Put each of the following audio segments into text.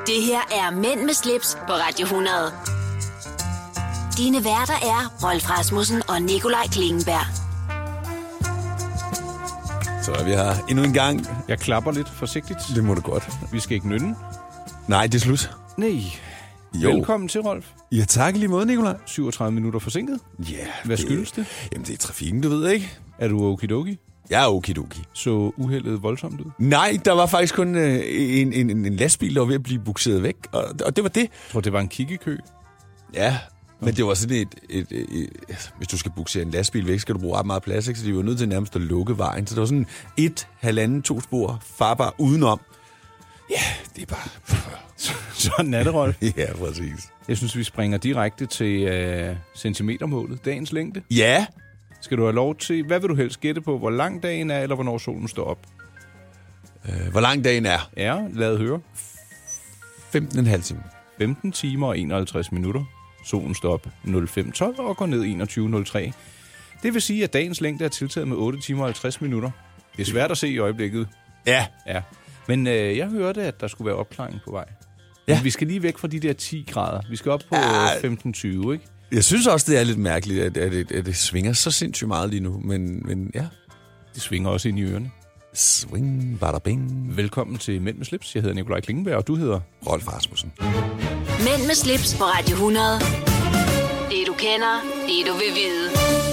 Det her er Mænd med slips på Radio 100. Dine værter er Rolf Rasmussen og Nikolaj Klingenberg. Så vi har endnu en gang. Jeg klapper lidt forsigtigt. Det må du godt. Vi skal ikke nynne. Nej, det er slut. Nej. Jo. Velkommen til, Rolf. Ja, tak lige måde, Nikolaj. 37 minutter forsinket. Ja. Hvad skyldes det? Jamen, det er trafikken, du ved ikke. Er du okidoki? Jeg er okidoki. Så uheldet voldsomt ud? Nej, der var faktisk kun en lastbil, der var ved at blive bukseret væk, og det var det. Jeg tror, det var en kiggekø. Ja, men det var sådan hvis du skal buksere en lastbil væk, skal du bruge ret meget plads, ikke? Så de var nødt til nærmest at lukke vejen. Så det var sådan 2 spor farbar udenom. Ja, det er bare... Sådan er det, Rolf. Ja, præcis. Jeg synes, vi springer direkte til centimetermålet. Dagens længde. Ja. Skal du have lov til... Hvad vil du helst gætte på? Hvor lang dagen er, eller hvornår solen står op? Hvor lang dagen er? Ja, lad høre. 15,5 timer. 15 timer og 51 minutter. Solen står op 05.12 og går ned 21.03. Det vil sige, at dagens længde er tiltaget med 8 timer og 50 minutter. Det er svært at se i øjeblikket. Ja. Men jeg hørte, at der skulle være opklaring på vej. Ja. Men vi skal lige væk fra de der 10 grader. Vi skal op på 15-20, ikke? Jeg synes også, det er lidt mærkeligt, at det svinger så sindssygt meget lige nu. Men ja. Det svinger også ind i ørerne. Swing, bada bing. Velkommen til Mænd med slips. Jeg hedder Nikolaj Klingenberg, og du hedder... Rolf Rasmussen. Mænd med slips på Radio 100. Det du kender, det du vil vide.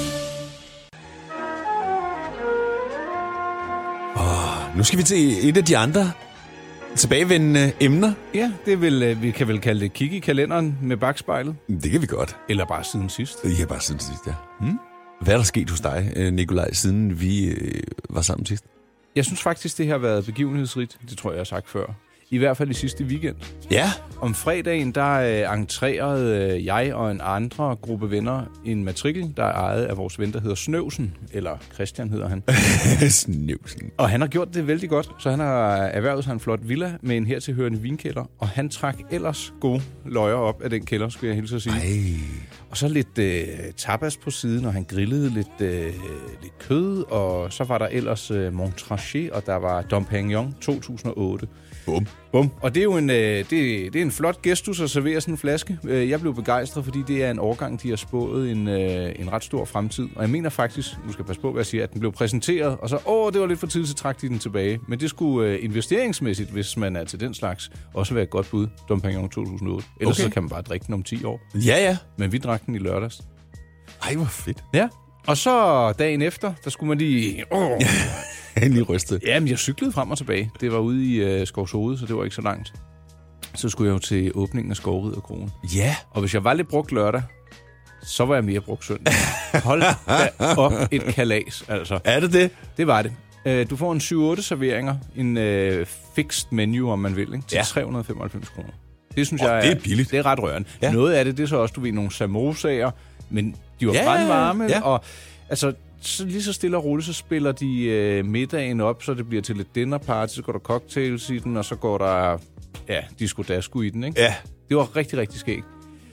Nu skal vi til et af de andre tilbagevendende emner. Ja, det vil, vi kan vel kalde det kig i kalenderen med bagspejlet. Det kan vi godt. Eller bare siden sidst. Ja, bare siden sidst, ja. Hvad er der sket hos dig, Nikolaj, siden vi var sammen sidst? Jeg synes faktisk, det har været begivenhedsrigt. Det tror jeg har sagt før. I hvert fald i sidste weekend. Ja. Om fredagen, der entrerede jeg og en andre gruppe venner en matrikel, der er ejet af vores ven, der hedder Snøvsen. Eller Christian hedder han. Snøvsen. Og han har gjort det vældig godt, så han har erhvervet sig en flot villa med en hertilhørende vinkælder. Og han trak ellers gode løjer op af den kælder, skulle jeg hilse at sige. Ej. Og så lidt tapas på siden, og han grillede lidt kød. Og så var der ellers Montrachet, og der var Dom Pignon 2008. Bum. Og det er jo det er en flot gestus at servere sådan en flaske. Jeg blev begejstret, fordi det er en årgang, de har spået en ret stor fremtid. Og jeg mener faktisk, nu skal jeg passe på, hvad jeg siger, at den blev præsenteret, og så, det var lidt for tid, så trak de den tilbage. Men det skulle investeringsmæssigt, hvis man er til den slags, også være et godt bud, Dom Pignon 2008. Ellers så kan man bare drikke den om 10 år. Ja. Men vi drak den i lørdags. Ej, hvor fedt. Ja. Og så dagen efter, der skulle man lige... Endelig rystet. Jamen, jeg cyklede frem og tilbage. Det var ude i Skovshoved, så det var ikke så langt. Så skulle jeg jo til åbningen af Skovriderkroen. Ja. Og hvis jeg var lidt brugt lørdag, så var jeg mere brugt søndag. Hold da op et kalas, altså. Er det det? Det var det. Du får en 7-8 serveringer, en fixed menu, om man vil, ikke? Til 395 kroner. Det synes jeg det er billigt. Det er ret rørende. Ja. Noget af det er så også, du ved, nogle samosaer, men de var brandvarme, og altså... Så lige så stille og roligt, så spiller de middagen op, så det bliver til et dinnerparty, så går der cocktails i den, og så går der, disco-dasko i den, ikke? Ja. Det var rigtig, rigtig skægt.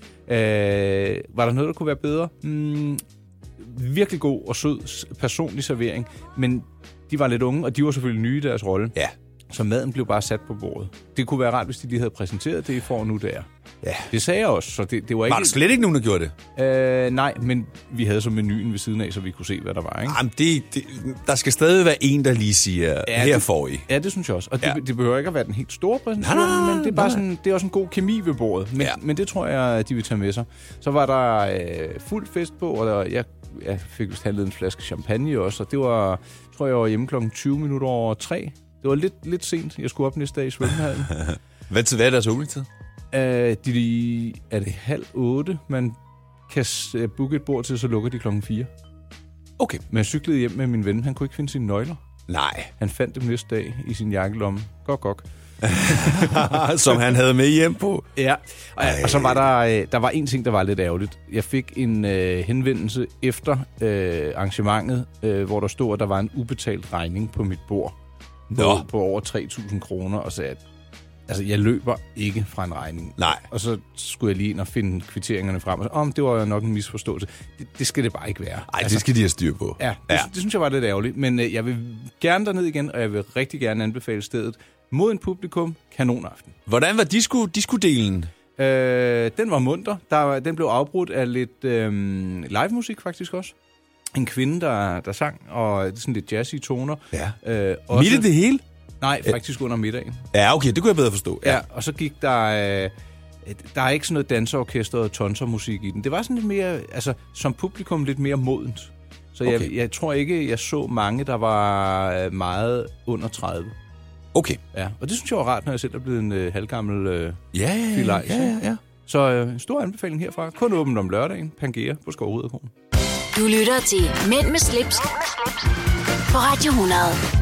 Var der noget, der kunne være bedre? Virkelig god og sød personlig servering, men de var lidt unge, og de var selvfølgelig nye i deres rolle. Ja. Så maden blev bare sat på bordet. Det kunne være rart, hvis de lige havde præsenteret det, I får nu der. Ja. Det sagde jeg også, så det var ikke... Var der slet ikke nogen, der gjorde det? Nej, men vi havde så menuen ved siden af, så vi kunne se, hvad der var, ikke? Jamen, der skal stadig være en, der lige siger, her får I. Ja, det synes jeg også. Og det behøver ikke at være den helt store præsentation, men det er bare sådan, det er også en god kemi ved bordet. Men det tror jeg, de vil tage med sig. Så var der fuld fest på, og jeg fik vist handlet en flaske champagne også, og det var, tror jeg, var hjemme klokken 20 minutter over 3. Det var lidt sent. Jeg skulle op næste dag i svømmehallen. Hvad er deres åbningstid? Er det 7:30, man kan booke et bord til, så lukker de klokken 4. Okay. Men jeg cyklede hjem med min ven. Han kunne ikke finde sine nøgler. Nej. Han fandt dem næste dag i sin jakkelomme. Gok. Som han havde med hjem på. Ja, og så var der var en ting, der var lidt ærgerligt. Jeg fik en henvendelse efter arrangementet, hvor der stod, at der var en ubetalt regning på mit bord. På over 3.000 kroner, og sagde, Altså, jeg løber ikke fra en regning. Nej. Og så skulle jeg lige ind og finde kvitteringerne frem. Og så, det var jo nok en misforståelse. Det skal det bare ikke være. Nej, det skal de have styr på. Ja, det synes jeg var lidt ærgerligt. Men jeg vil gerne derned igen, og jeg vil rigtig gerne anbefale stedet. Mod en publikum, kanonaften. Hvordan var disco-delen? Den var munter. Den blev afbrudt af lidt live-musik faktisk også. En kvinde, der sang, og sådan lidt jazzy toner. Ja. Også... Midt i det hele? Nej, faktisk under middagen. Ja, okay, det kunne jeg bedre forstå. Ja, og så gik der... der er ikke sådan noget danseorkester og tonsermusik i den. Det var sådan lidt mere, altså som publikum lidt mere modent. Så okay. jeg tror ikke, jeg så mange, der var meget under 30. Okay. Ja, og det synes jeg var rart, når jeg selv er blevet en halvgammel filajs. Ja. Så en stor anbefaling herfra. Kun åbent om lørdagen. Pangea på Skovhovedgården. Du lytter til Mænd med slips på Radio 100.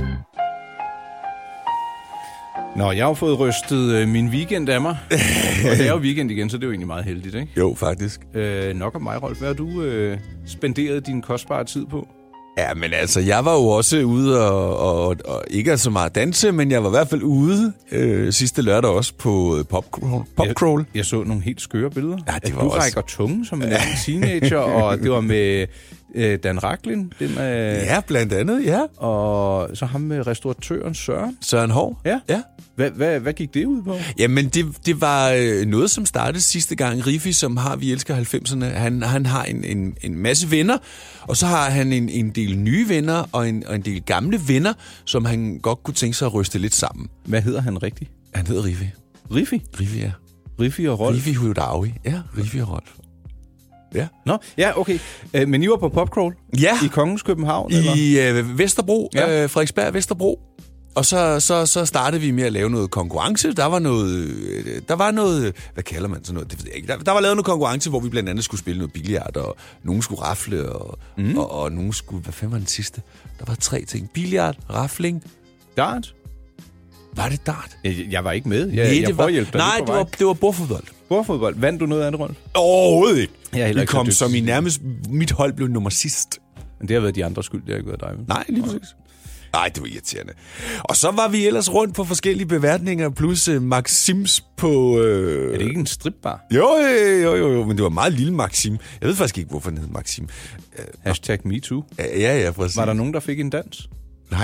Nå, jeg har fået rystet min weekend af mig. Og det er jo weekend igen, så det er jo egentlig meget heldigt, ikke? Jo, faktisk. Nok om mig, Rolf. Hvad har du spenderet din kostbare tid på? Ja, men altså, jeg var jo også ude og ikke så meget danse, men jeg var i hvert fald ude sidste lørdag også på Popcrawl. Jeg så nogle helt skøre billeder. Ja, det var du også... rækker tunge som en teenager, og det var med Dan Rachlin. Ja, blandt andet, ja. Og så ham med restauratøren Søren. Søren Hov. Ja. Ja. Hvad gik det ud på? Jamen, det var noget, som startede sidste gang. Rifi, som har Vi Elsker 90'erne, han har en masse venner, og så har han en del nye venner og en del gamle venner, som han godt kunne tænke sig at ryste lidt sammen. Hvad hedder han rigtigt? Han hedder Rifi. Rifi? Rifi, ja. Rifi og Rolf? Rifi Hudawi. Ja, Rifi og Rolf. Ja. Nå, ja, okay. Men I var på Popcrawl? Ja. I Kongens København? I Vesterbro, ja. Frederiksberg Vesterbro. Og så startede vi med at lave noget konkurrence. Der var noget, hvad kalder man sådan noget? Det ved jeg ikke. Der var lavet noget konkurrence, hvor vi blandt andet skulle spille noget billard, og nogen skulle rafle, og nogen skulle... Hvad fanden var den sidste? Der var 3 ting. Billard, rafling. Dart? Var det dart? Jeg var ikke med. Jeg forhjælpte dig. Nej, det var bordfodbold. Bordfodbold. Vandt du noget af det, Rolf? Overhovedet ikke. Vi kom som i nærmest... Mit hold blev nummer sidst. Men det har været de andres skyld, det har ikke været dig. Nej, lige præcis. Nej, det var irriterende. Og så var vi ellers rundt på forskellige beværtninger, plus Maxims på... Er det ikke en stripbar? Jo, men det var meget lille Maxim. Jeg ved faktisk ikke, hvorfor den hed Maxim. #MeToo. Ja, præcis. Var der nogen, der fik en dans? Nej.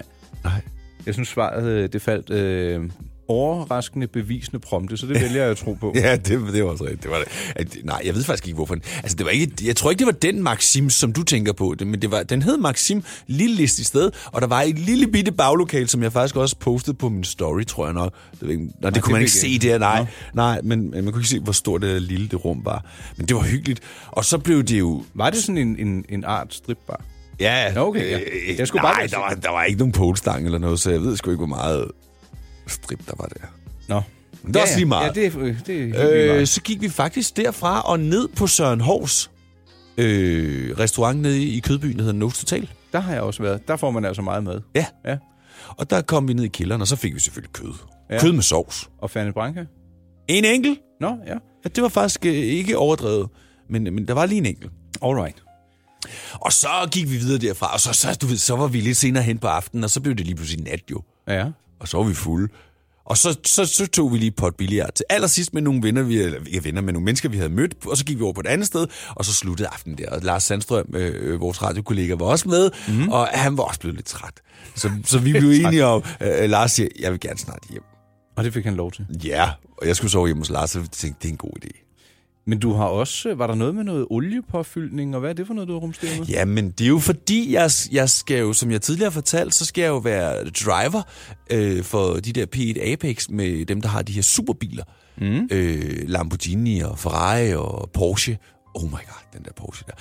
Jeg synes, svaret det faldt overraskende, bevisende prompte, så det vælger jeg at tro på. Ja, det var også rigtigt. Det var det. Nej, jeg ved faktisk ikke, hvorfor. Altså, det var ikke, jeg tror ikke, det var den Maxim, som du tænker på. Men den hed Maxim, lille liste i sted, og der var et lille bitte baglokal, som jeg faktisk også postede på min story, tror jeg nok. Det kunne man ikke se der, nej, men man kunne ikke se, hvor stort det lille det rum var. Men det var hyggeligt. Og så blev det jo... Var det sådan en art stripbar? Ja. Okay, ja. Jeg skulle nej, der var ikke nogen polestang eller noget, så jeg ved sgu ikke, hvor meget strip der var der. Nå. Men det er også lige meget. Ja, det er så gik vi faktisk derfra og ned på Søren Hovs restaurant nede i Kødbyen, der hedder Notes Total. Der har jeg også været. Der får man altså meget mad. Ja. Og der kom vi ned i kælderen, og så fik vi selvfølgelig kød. Ja. Kød med sovs. Og Fanny Branca? En enkelt. Nå, ja. Det var faktisk ikke overdrevet, men der var lige en enkelt. Alright. Og så gik vi videre derfra, og så var vi lidt senere hen på aftenen, og så blev det lige pludselig nat jo. Ja. Og så var vi fulde. Og så tog vi lige pot billard til allersidst med nogle venner, med nogle mennesker, vi havde mødt, og så gik vi over på et andet sted, og så sluttede aftenen der. Og Lars Sandstrøm, vores radiokollega, var også med, og han var også blevet lidt træt. Så vi blev enige om, Lars siger, jeg vil gerne snart hjem. Og det fik han lov til? Ja, og jeg skulle sove hjemme hos Lars, så jeg tænkte, det er en god idé. Men du har også... Var der noget med noget oliepåfyldning, og hvad er det for noget, du har rumsteret med? Jamen, det er jo fordi, jeg skal jo, som jeg tidligere har fortalt, så skal jeg jo være driver for de der P1 Apex med dem, der har de her superbiler. Lamborghini og Ferrari og Porsche. Oh my god, den der Porsche der.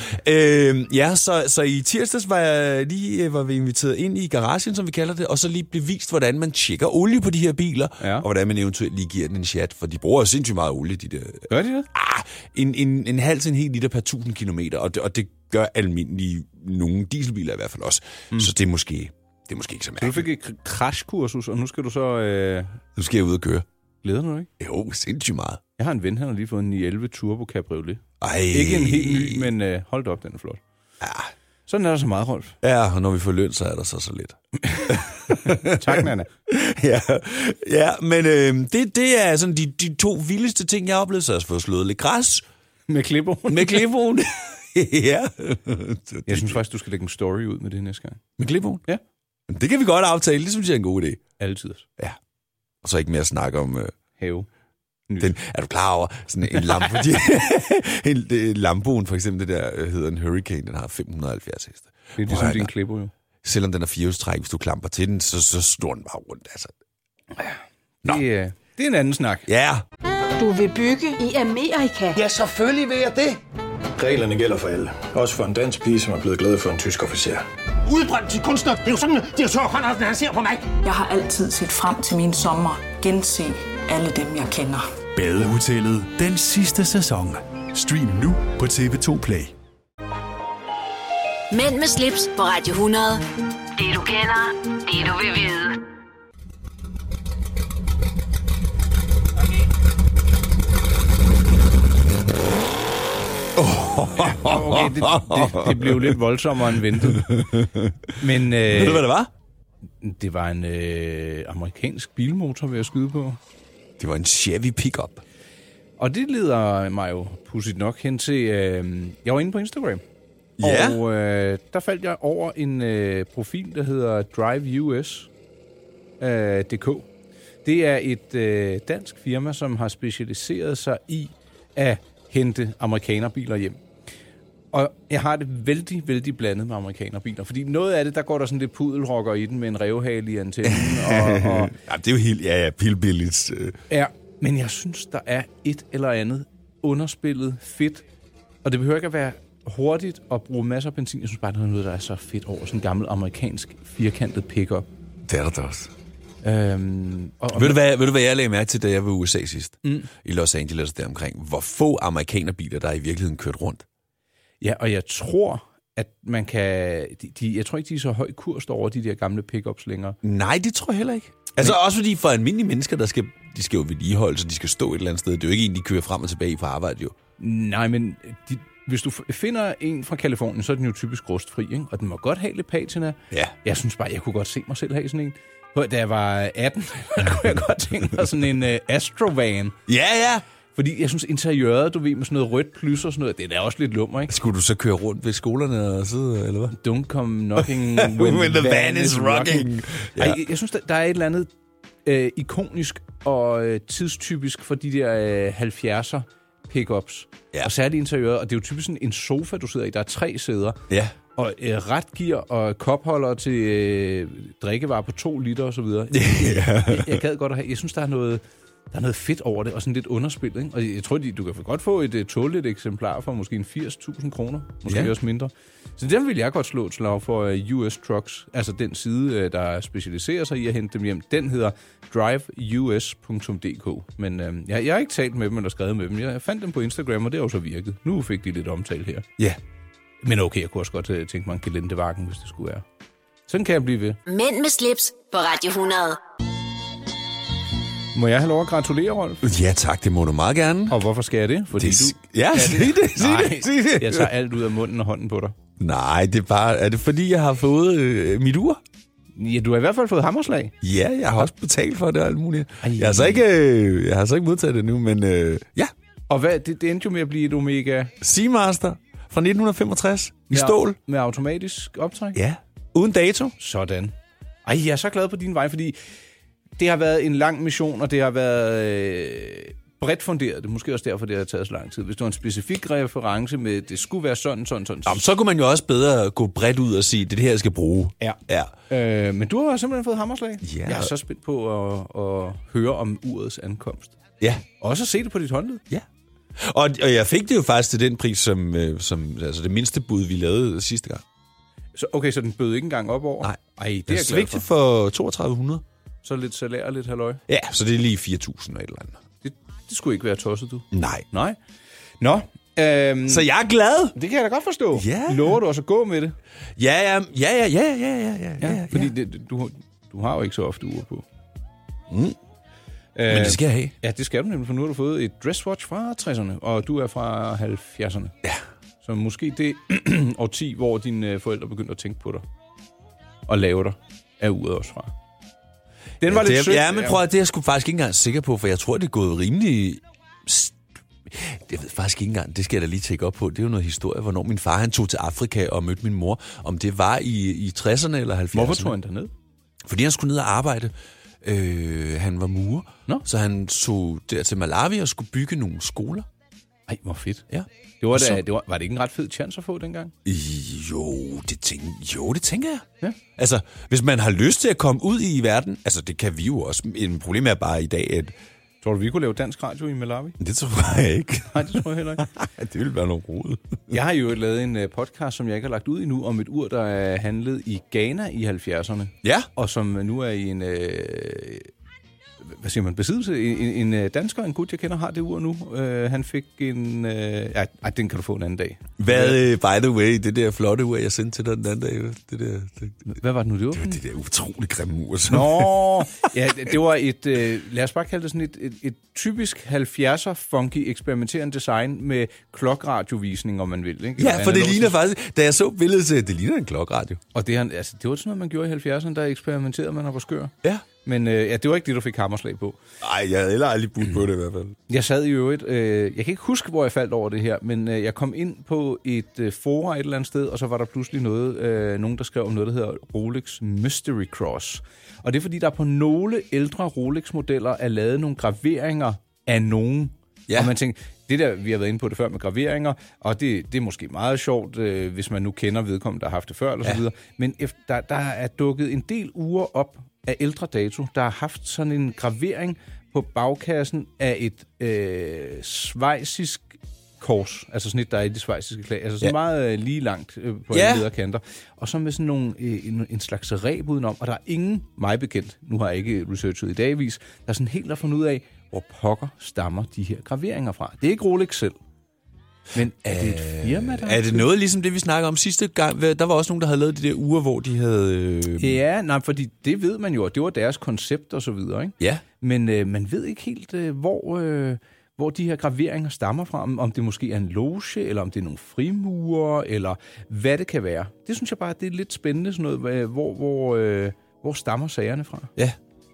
Nå, så i tirsdags var vi inviteret ind i garagen, som vi kalder det, og så lige blev vist, hvordan man tjekker olie på de her biler, og hvordan man eventuelt lige giver den en chat, for de bruger sindssygt meget olie, de der. Gør de det? En halv til en hel liter per 1000 kilometer, og det gør almindelige nogle dieselbiler i hvert fald også. Så det er måske ikke så mærkeligt. Du fik et crashkursus, og nu skal du så... Nu skal jeg ud og køre. Glæder du ikke? Jo, sindssygt meget. Jeg har en ven, han har lige fået en 911 Turbo Cabriolet. Ej. Ikke en helt ny, men hold da op, den er flot. Ja. Sådan er der så meget, Rolf. Ja, og når vi får løn, så er der så lidt. Tak, Nana. ja, men det er sådan de 2 vildeste ting, jeg har oplevet. Så jeg har fået slået lidt græs. Med klipbogen. Med klipbogen. Ja. Jeg synes faktisk, du skal lægge en story ud med det næste gang. Med klipbogen? Ja. Det kan vi godt aftale. Det synes jeg er en god idé. Altid. Ja. Og så ikke mere snakke om... Have. Er du klar over sådan en lampe? en Lamboen for eksempel, det der hedder en Hurricane, den har 570 heste. Det er ligesom din klipbo jo. Selvom den er 4-hjulstræk, hvis du klamper til den, så står den bare rundt. Altså. Det er en anden snak. Ja. Du vil bygge i Amerika? Ja, selvfølgelig vil jeg det. Reglerne gælder for alle. Også for en dansk pige, som er blevet glad for en tysk officer. Udbrændt til kunstner. Det er jo sådan, at direktør Conradsen, han ser på mig. Jeg har altid set frem til min sommer. Gense alle dem, jeg kender. Badehotellet den sidste sæson. Stream nu på TV2 Play. Mænd med slips på Radio 100. Det du kender, det du vil vide. Okay, det blev lidt voldsommere end ventet. Men, ved du, hvad det var? Det var en amerikansk bilmotor, vil jeg skyde på. Det var en Chevy pickup. Og det leder mig jo pudsigt nok hen til... jeg var inde på Instagram. Ja. Og der faldt jeg over en profil, der hedder DriveUS.dk. Det er et dansk firma, som har specialiseret sig i at hente amerikanerbiler hjem. Og jeg har det vældig, vældig blandet med amerikanerbiler. Fordi noget af det, der går der sådan lidt pudelrocker i den med en revhale i antennen. Ja, det er jo helt, pilbilligt. Ja, men jeg synes, der er et eller andet underspillet fedt. Og det behøver ikke at være hurtigt og bruge masser af benzin. Jeg synes bare, der er noget, der er så fedt over sådan en gammel amerikansk firkantet pickup. Det er der også. Ved du hvad jeg lagde mærke til, da jeg var i USA sidst? I Los Angeles deromkring. Hvor få amerikanerbiler, der i virkeligheden kørt rundt. Ja, og jeg tror, at man kan... jeg tror ikke, de er så høj kurs over de der gamle pickups længere. Nej, det tror jeg heller ikke. Altså også fordi for almindelige mennesker, de skal jo vedligeholde, så de skal stå et eller andet sted. Det er jo ikke en, de kører frem og tilbage på arbejde, jo. Nej, men hvis du finder en fra Kalifornien, så er den jo typisk rustfri, ikke? Og den må godt have lidt patina. Ja. Jeg synes bare, jeg kunne godt se mig selv have sådan en. Da jeg var 18, kunne jeg godt tænke mig sådan en Astrovan. Ja. Fordi jeg synes, interiøret, du ved, med sådan noget rødt plus og sådan noget, det er også lidt lummer, ikke? Skulle du så køre rundt ved skolerne og sidde, eller hvad? Don't come knocking when the van is rocking. Ja. Ej, jeg synes, der er et eller andet ikonisk og tidstypisk for de der 70'er pickups. Ja. Og særligt interiøret, og det er jo typisk sådan en sofa, du sidder i. Der er 3 sæder. Ja. Og retgear og kopholder til drikkevarer på 2 liter og så videre. Jeg gad godt at have. Jeg synes, der er noget fedt over det, og sådan lidt underspil, ikke? Og jeg tror, du kan godt få et tåligt eksemplar for måske en 80.000 kroner. Måske også mindre. Så den vil jeg godt slå et slag for US Trucks. Altså den side, der specialiserer sig i at hente dem hjem. Den hedder driveus.dk. Men jeg har ikke talt med dem eller skrevet med dem. Jeg fandt dem på Instagram, og det har jo så virket. Nu fik de lidt omtale her. Ja. Men okay, jeg kunne også godt tænke mig en gelendevagen, hvis det skulle være. Sådan kan jeg blive ved. Mænd med slips på Radio 100. Må jeg have lov at gratulere, Rolf? Ja tak, det må du meget gerne. Og hvorfor skal jeg det? Fordi sig det. Jeg tager alt ud af munden og hånden på dig. Nej, det er bare... Er det fordi, jeg har fået mit ur? Ja, du har i hvert fald fået hammerslag. Ja, jeg har også betalt for det og alt muligt. Jeg har så ikke modtaget det nu, men ja. Og hvad, det endte jo med at blive et Omega... Seamaster fra 1965 i stål. Med automatisk optræk? Ja, uden dato. Sådan. Ej, jeg er så glad på din vej, fordi det har været en lang mission, og det har været bredt funderet. Det er måske også derfor, det har taget så lang tid. Hvis du har en specifik reference med, det skulle være sådan. Jamen, så kunne man jo også bedre gå bredt ud og sige, det er det her, jeg skal bruge. Ja. Men du har simpelthen fået hammerslag. Ja. Jeg er så spændt på at høre om urets ankomst. Ja. Også at se det på dit håndled. Ja. Og jeg fik det jo faktisk til den pris, som altså det mindste bud, vi lavede sidste gang. Så den bød ikke engang op over? Nej. Ej, det er jeg glad for 3200. Så lidt salær og lidt halløj? Ja, så det er lige 4.000 og et eller andet. Det skulle ikke være tosset, du? Nej. Nå. Så jeg er glad. Det kan jeg da godt forstå. Ja. Lover du også at gå med det? Ja. Fordi du har jo ikke så ofte uger på. Men det skal jeg have. Ja, det skal du nemlig, for nu har du fået et dresswatch fra 60'erne, og du er fra 70'erne. Ja. Så måske det årti, hvor dine forældre begyndte at tænke på dig og lave dig, er uret også fra. Den var lidt sødt. Ja, men prøv at det er jeg sgu faktisk ikke engang sikker på, for jeg tror, det er gået rimelig... Jeg ved faktisk ikke engang, det skal jeg da lige tjekke op på. Det er jo noget historie, hvornår min far han tog til Afrika og mødte min mor. Om det var i 60'erne eller 70'erne. Hvorfor tog han derned? Fordi han skulle ned og arbejde. Han var murer, så han tog der til Malawi og skulle bygge nogle skoler. Ej, hvor fedt. Ja. Var det ikke en ret fed chance at få dengang? Jo, det tænker jeg. Ja. Altså, hvis man har lyst til at komme ud i verden, altså det kan vi jo også. En problem er bare i dag, at... Tror du, vi kunne lave dansk radio i Malawi? Det tror jeg ikke. Nej, det tror jeg heller ikke. Det ville være noget rod. Jeg har jo lavet en podcast, som jeg ikke har lagt ud endnu, om et ur, der er handlet i Ghana i 70'erne. Ja. Og som nu er i en... hvad siger man, besiddelse? En dansker, en gut, jeg kender, har det ur nu. Han fik en... den kan du få en anden dag. Hvad, by the way, det der flotte ur, jeg sendte til dig den anden dag? Hvad var det nu, det var? Det var det der utrolig grimme ur. Nå, ja, det var et... lad os bare kalde det sådan et typisk 70'er funky eksperimenterende design med klokradiovisning, om man vil. Ikke? Ja, for det ligner faktisk... Da jeg så billedet til, det ligner en klokradio. Og det var sådan noget, man gjorde i 70'erne, der eksperimenterede man og var skør. Ja. Men det var ikke det, du fik hammerslag på. Nej, jeg havde heller aldrig budt på det i hvert fald. Jeg sad i øvrigt... jeg kan ikke huske, hvor jeg faldt over det her, men jeg kom ind på et forum et eller andet sted, og så var der pludselig nogen, der skrev om noget, der hedder Rolex Mystery Cross. Og det er, fordi der på nogle ældre Rolex-modeller er lavet nogle graveringer af nogen. Ja. Og man tænker, det der, vi har været inde på det før med graveringer, og det er måske meget sjovt, hvis man nu kender vedkommende, der har haft det før, eller så videre. Men der er dukket en del ure op af ældre dato, der har haft sådan en gravering på bagkassen af et schweizisk kors, altså sådan et, der er i de schweiziske klæder, altså sådan meget lige langt på alle lederkanter, og så med sådan nogle, en slags reb udenom, og der er ingen, mig bekendt, nu har jeg ikke researchet i dagvis, der er sådan helt at finde ud af, hvor pokker stammer de her graveringer fra. Det er ikke Rolex selv. Men er det et firma, der er det noget ligesom det, vi snakker om sidste gang? Der var også nogen, der havde lavet de der uger, hvor de havde... Ja, nej, fordi det ved man jo, det var deres koncept og så videre, ikke? Ja. Men man ved ikke helt, hvor de her graveringer stammer fra. Om det måske er en loge, eller om det er nogle frimurer, eller hvad det kan være. Det synes jeg bare, det er lidt spændende, sådan noget, hvor stammer sagerne fra. Ja.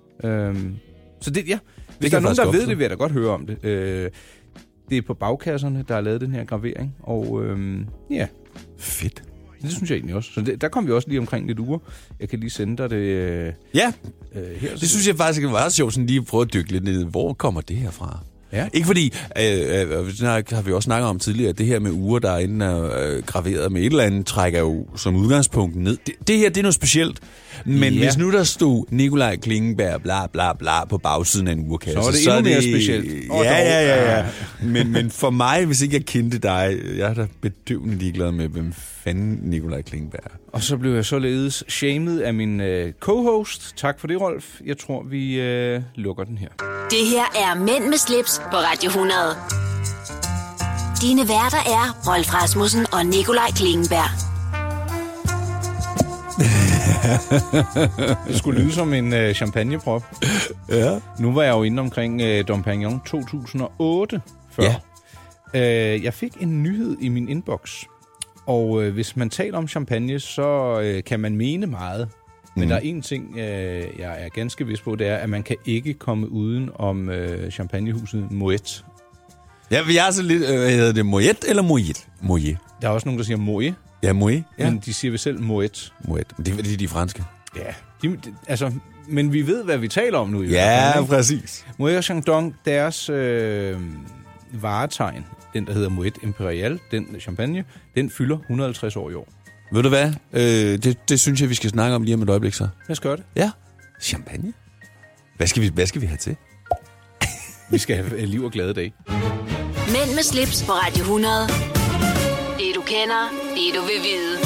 Så det, ja. Hvis der er nogen, der ved det, vil jeg da godt høre om det. Det er på bagkasserne, der er lavet den her gravering, og ja. Fedt. Det synes jeg egentlig også. Så der kom vi også lige omkring lidt uger. Jeg kan lige sende dig det her. Det synes jeg faktisk var sjovt, sådan lige at prøve at dykke lidt ned. Hvor kommer det her fra? Ja. Ikke fordi, har vi også snakket om tidligere, at det her med uger, der er inde og graveret med et eller andet, trækker jo som udgangspunkt ned. Det her, det er noget specielt. Men hvis nu der stod Nikolaj Klingenberg, bla bla bla, på bagsiden af en urkasse, så er det endnu mere specielt. Ja. Men for mig, hvis ikke jeg kendte dig, jeg er da bedøvende ligeglad med, hvem fanden Nikolaj Klingenberg er. Og så blev jeg således shamed af min co-host. Tak for det, Rolf. Jeg tror, vi lukker den her. Det her er Mænd med slips på Radio 100. Dine værter er Rolf Rasmussen og Nikolaj Klingenberg. Det skulle lyde som en champagneprop. Ja. Nu var jeg jo inde omkring Dom Pérignon 2008 før. Ja. Jeg fik en nyhed i min inbox. Og hvis man taler om champagne, så kan man mene meget. Men der er en ting, jeg er ganske vis på, det er, at man kan ikke komme uden om champagnehuset Moet. Ja, jeg er så lidt... hedder det Moet eller Moet? Moet. Der er også nogen, der siger Moet. Ja, Moet. Ja. Men de siger vel selv Moet. Moet. Det er de franske. Ja. Men vi ved, hvad vi taler om nu. Ja, præcis. Moet Chandon, deres varetegn, den der hedder Moet Imperial, den champagne, den fylder 150 år i år. Ved du hvad? Det synes jeg, vi skal snakke om lige om et øjeblik, så. Lad os gøre det. Ja. Champagne? Hvad skal vi have til? Vi skal have liv og glade dage. Mænd med slips på Radio 100. Det du kender, det du vil vide.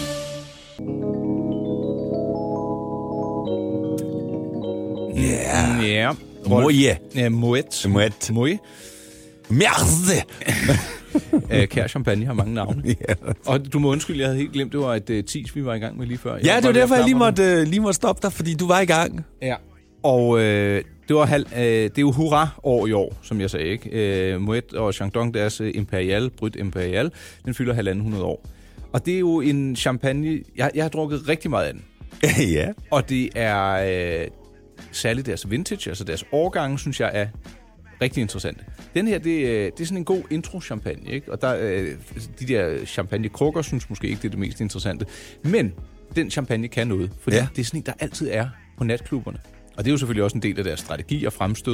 Ja. Moet. Moet. Merde! Kær champagne har mange navne. Ja. Og du må undskylde, jeg havde helt glemt, det var et tease, vi var i gang med lige før. Ja, det var derfor, jeg lige måtte stoppe dig, fordi du var i gang. Ja. Og det er jo hurra-år i år, som jeg sagde, ikke? Moet og Chandon, deres Imperial, Brut Imperial, den fylder 150 år. Og det er jo en champagne, jeg har drukket rigtig meget af den. Ja. Og det er særligt deres vintage, altså deres årgange, synes jeg er rigtig interessant. Den her, det er sådan en god intro-champagne, ikke? Og der, de der champagne-krukker synes måske ikke, det er det mest interessante. Men den champagne kan noget, fordi det er sådan en, der altid er på natklubberne. Og det er jo selvfølgelig også en del af deres strategi og fremstød.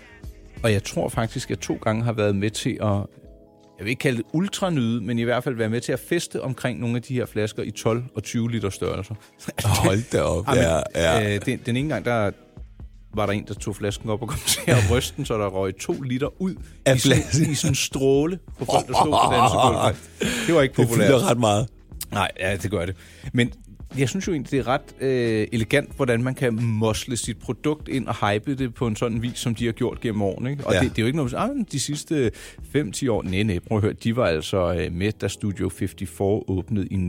Og jeg tror faktisk, at jeg 2 gange har været med til at, jeg vil ikke kalde det ultranyde, men i hvert fald være med til at feste omkring nogle af de her flasker i 12 og 20 liter størrelser. Hold da op. Ja. Den ene gang, der var der en, der tog flasken op og kom til at ryste den, så der røg 2 liter ud i sådan en stråle på folk, der stod på dansegulvet. Det var ikke populært. Det fylder ret meget. Nej, ja, det gør det. Men jeg synes jo egentlig, det er ret elegant, hvordan man kan mosle sit produkt ind og hype det på en sådan vis, som de har gjort gennem årene. Ikke? Og det er jo ikke noget, de sidste 5-10 år, nej, prøv at høre, de var altså med, da Studio 54 åbnede i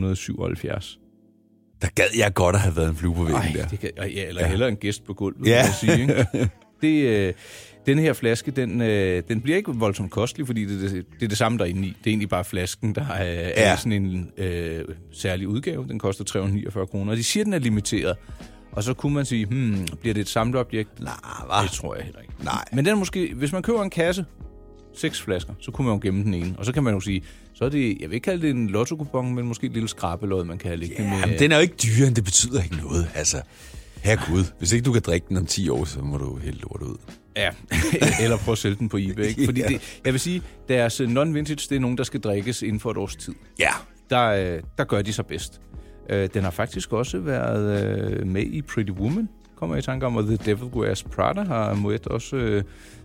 1977. Der gad jeg godt at have været en flue på væggen der. Eller hellere en gæst på gulvet, vil jeg sige. Ikke? Den her flaske, den bliver ikke voldsomt kostelig, fordi det er det samme, der er inde i. Det er egentlig bare flasken, der er sådan en særlig udgave. Den koster 349 kroner, og de siger, den er limiteret. Og så kunne man sige, bliver det et samleobjekt? Nej, det tror jeg heller ikke. Nej. Men den måske, hvis man køber en kasse, 6 flasker, så kunne man jo gemme den ene. Og så kan man jo sige, så er det, jeg vil ikke kalde det en lotto-kupon, men måske et lille skrabelod, man kan have liggende med. Men den er jo ikke dyrere, det betyder ikke noget. Altså, herregud, hvis ikke du kan drikke den om 10 år, så må du hælde lort ud. Ja, eller prøve at sælge den på eBay. Ikke? Fordi jeg vil sige, deres non-vintage, det er nogen, der skal drikkes inden for et års tid. Ja. Der gør de sig bedst. Den har faktisk også været med i Pretty Woman, kommer jeg i tanke om, og The Devil Wears Prada har Moet også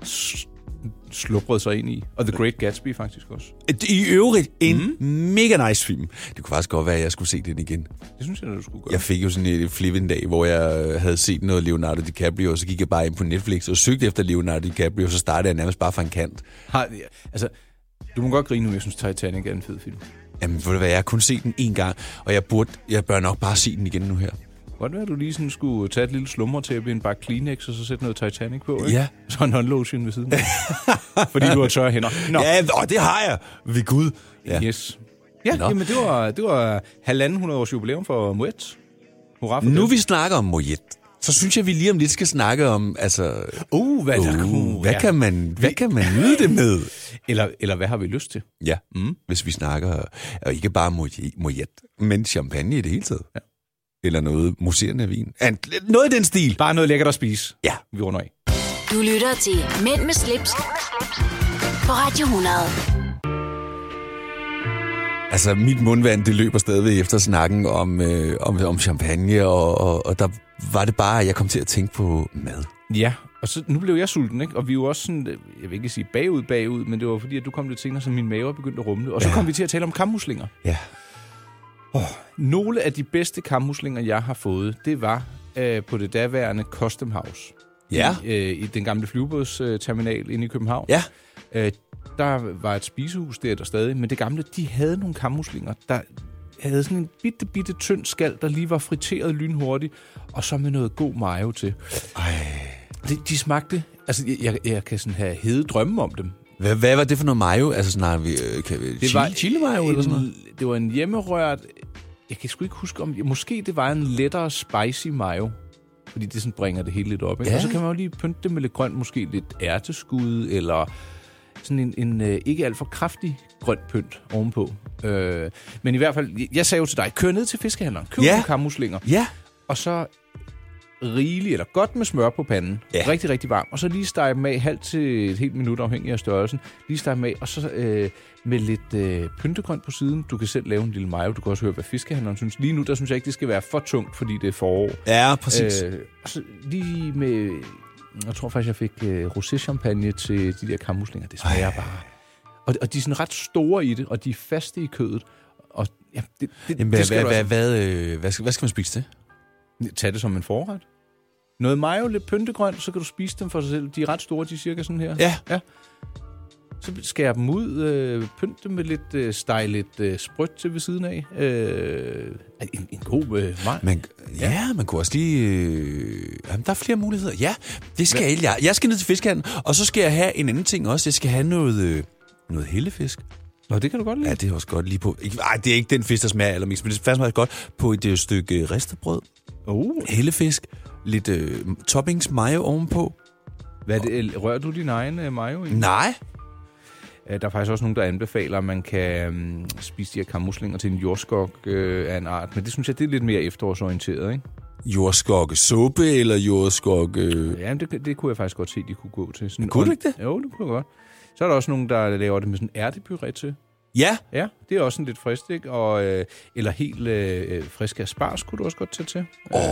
slubret sig ind i. Og The Great Gatsby faktisk også. I øvrigt en mega nice film. Det kunne faktisk godt være, at jeg skulle se den igen. Det synes jeg, du skulle gøre. Jeg fik jo sådan et flip en dag, hvor jeg havde set noget Leonardo DiCaprio, og så gik jeg bare ind på Netflix og søgte efter Leonardo DiCaprio, og så startede jeg nærmest bare fra en kant. Altså, du må godt grine, men jeg synes Titanic er en fed film. Jamen, ved du hvad, jeg har kun set den en gang, og jeg bør nok bare se den igen nu her. Godt være, at du lige sådan skulle tage et lille slumretæppe, en bakke Kleenex, og så sætte noget Titanic på, ikke? Ja. Så en håndlotion ved siden. Fordi du har tørre hænder. Nå. Ja, og det har jeg. Ved Gud. Ja. Yes. Ja, jamen det var 150 års jubilæum for Moet. Hurra for nu vi snakker om Moet, så synes jeg, vi lige om lidt skal snakke om, altså... hvad kan man nyde det med? Eller hvad har vi lyst til? Ja, hvis vi snakker, og ikke bare Moet, men champagne i det hele taget. Ja. Eller noget muserende vin. Noget i den stil. Bare noget lækkert at spise. Ja. Vi runder af. Du lytter til Mænd med slips på Radio 100. Altså, mit mundvand, det løber stadig efter snakken om champagne, og der var det bare, at jeg kom til at tænke på mad. Ja, og så nu blev jeg sulten, ikke? Og vi er jo også sådan, jeg vil ikke sige bagud, men det var fordi, at du kom lidt senere, så min mave begyndte at rumle. Og så kom vi til at tale om kammuslinger. Ja. Nogle af de bedste kammuslinger, jeg har fået, det var på det daværende Custom House. Ja. I den gamle flyvebådsterminal inde i København. Ja. Der var et spisehus der stadig, men det gamle, de havde nogle kammuslinger, der havde sådan en bitte tynd skal, der lige var friteret lynhurtigt, og så med noget god mayo til. De smagte, altså jeg kan sådan have hede drømme om dem. Hvad var det for noget mayo? Altså sådan chili mayo eller sådan noget? Det var en hjemmerørt, jeg kan sgu ikke huske om, måske det var en lettere spicy mayo, fordi det sådan bringer det hele lidt op. Ikke? Ja. Og så kan man jo lige pynte det med lidt grønt, måske lidt ærteskud, eller sådan en ikke alt for kraftig grønt pynt ovenpå. Men i hvert fald, jeg sagde jo til dig, kør ned til fiskehandleren, køb nogle kammuslinger, og så rigeligt, eller godt med smør på panden, rigtig, rigtig varm, og så lige stege dem af halvt til et helt minut, afhængig af størrelsen, lige stege dem af, og så med lidt pyntegrønt på siden. Du kan selv lave en lille mayo, du kan også høre, hvad fiskehandleren synes. Lige nu, der synes jeg ikke, det skal være for tungt, fordi det er forår. Ja, præcis. Og så lige med, jeg tror faktisk, jeg fik rosé-champagne til de der kammuslinger. Det smager bare. Og de er sådan ret store i det, og de er faste i kødet. Og ja, hvad skal man spise til? Tag det som en forret. Noget mayo, lidt pyntegrønt, så kan du spise dem for sig selv. De er ret store, de er cirka sådan her. Ja. Så skærer jeg dem ud, pynt dem med lidt, steg lidt sprødt til ved siden af. En god vej. Man kunne også lige... Jamen, der er flere muligheder. Ja, det skal jeg. Jeg skal ned til fiskehandlen, og så skal jeg have en anden ting også. Jeg skal have noget hellefisk. Nå, det kan du godt lide. Ja, det er også godt lige på... det er ikke den fisk, der smager allermest, men det er faktisk meget godt på et stykke ristebrød. Hellefisk. Lidt toppings mayo ovenpå. Rører du din egen mayo i? Nej. Der er faktisk også nogen, der anbefaler, at man kan spise de her kammuslinger til en jordskok af en art. Men det synes jeg, det er lidt mere efterårsorienteret, ikke? Jordskokkesuppe eller jordskokke... Ja, det kunne jeg faktisk godt se, de kunne gå til. Sådan, kunne du ikke det? Jo, det kunne jeg godt. Så er der også nogen, der laver det med sådan ærtepuré til. Ja. Ja, det er også sådan lidt frisk, ikke? Eller helt friske asparges kunne du også godt tage til.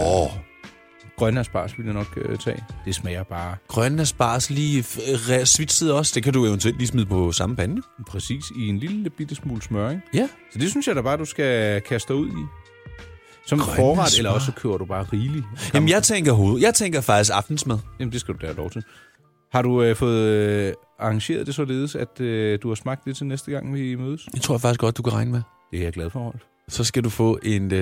Grønne asparges vil jeg nok tage. Det smager bare... Grønne asparges lige svitset også. Det kan du eventuelt lige smide på samme pande. Præcis, i en lille bitte smule smør, ikke? Ja. Så det synes jeg da bare, du skal kaste ud i. Som grønne forret, smør. Eller også kører du bare rigeligt. Jamen, jeg tænker faktisk aftensmad. Jamen, det skal du da have lov til. Har du fået arrangeret det således, at du har smagt det til næste gang, vi mødes? Det tror jeg faktisk godt, du kan regne med. Det er jeg glad for, Rolf. Så skal du få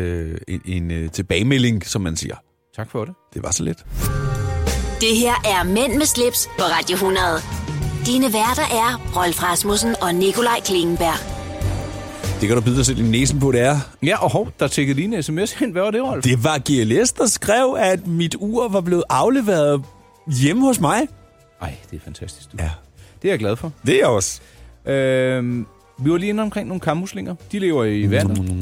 en tilbagemelding, som man siger. Tak for det. Det var så lidt. Det her er Mænd med slips på Radio 100. Dine værter er Rolf Rasmussen og Nikolaj Klingenberg. Det kan du bide dig selv i næsen på, det er. Ja, og der tikkede lige en sms ind. Hvad var det, Rolf? Det var GLS, der skrev, at mit ur var blevet afleveret hjemme hos mig. Ej, det er fantastisk. Du. Ja. Det er jeg glad for. Det er jeg også. Vi var lige inde omkring nogle kammuslinger. De lever i vandet.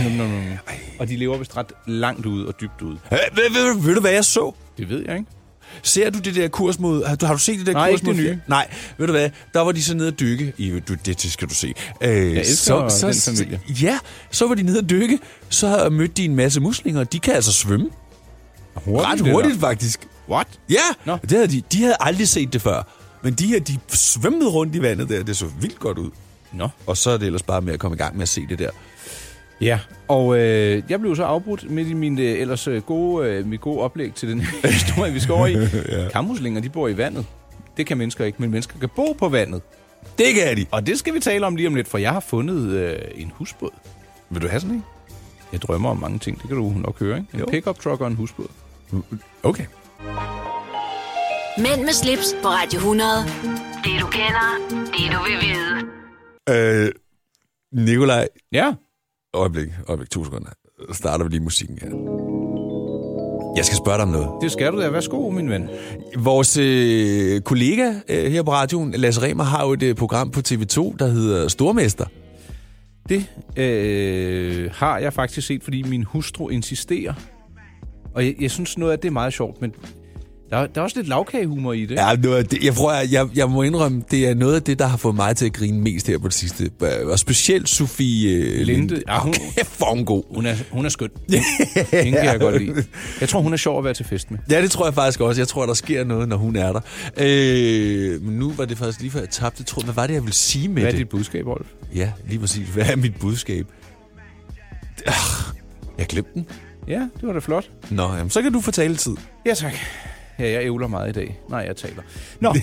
Og de lever vist ret langt ud og dybt ud. Ved du, hvad jeg så? Det ved jeg ikke. Ser du det der kurs mod... Har du set det der Nej, kurs mod... ikke det nye. Nej, ved du hvad? Der var de så nede at dykke. Det skal du se. Jeg elsker den familie. Ja, så var de nede at dykke. Så mødte de en masse muslinger. De kan altså svømme. Ret hurtigt, faktisk. What? Ja, Nå. Det havde de havde aldrig set det før. Men de svømmede rundt i vandet der. Det så vildt godt ud. Nå. Og så er det ellers bare med at komme i gang med at se det der. Ja, og jeg blev så afbrudt midt i min ellers gode oplæg til den historie, vi skal over i. Ja. Kammuslinger, de bor i vandet. Det kan mennesker ikke, men mennesker kan bo på vandet. Det kan de. Og det skal vi tale om lige om lidt, for jeg har fundet en husbåd. Vil du have sådan en? Jeg drømmer om mange ting, det kan du nok høre, ikke? En pick-up truck og en husbåd. Okay. Mænd med slips på Radio 100. Det du kender, det du vil vide. Nikolaj. Ja? Øjeblik, 2 sekunder. Starter vi lige musikken her. Jeg skal spørge dig om noget. Det skal du da. Værsgo, min ven. Vores kollega her på radioen, Lasse Remer, har jo et program på TV2, der hedder Stormester. Det har jeg faktisk set, fordi min hustru insisterer. Og jeg synes noget af det er meget sjovt, men der er også lidt lavkagehumor i det. Ja, jeg må indrømme, det er noget af det, der har fået mig til at grine mest her på det sidste. Og specielt Sofie Linde. Ja, hun er god. Hun er skøn. Hende kan jeg godt lide. Jeg tror, hun er sjov at være til fest med. Ja, det tror jeg faktisk også. Jeg tror, der sker noget, når hun er der. Men nu var det faktisk lige før jeg tabte tråden. Hvad var det, jeg ville sige med det? Hvad er dit budskab, Rolf? Ja, lige præcis. Hvad er mit budskab? Jeg glemte den. Ja, det var da flot. Nå, jamen, så kan du fortælle tid. Ja, tak. Ja, jeg ævler meget i dag. Nej, jeg taler. Nå,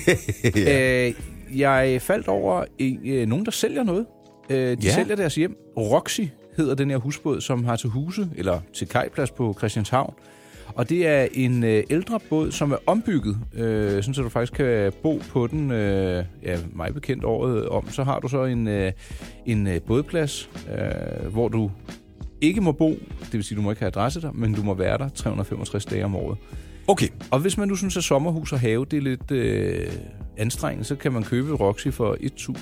jeg faldt over nogen, der sælger noget. De sælger deres hjem. Roxy hedder den her husbåd, som har til huse, eller til kajplads på Christianshavn. Og det er en ældre båd, som er ombygget, sådan så du faktisk kan bo på den, mig bekendt året om. Så har du så en bådplads, hvor du ikke må bo, det vil sige, du må ikke have adresse der, men du må være der 365 dage om året. Okay. Og hvis man nu synes, at sommerhus og have, det er lidt anstrengende, så kan man købe Roxy for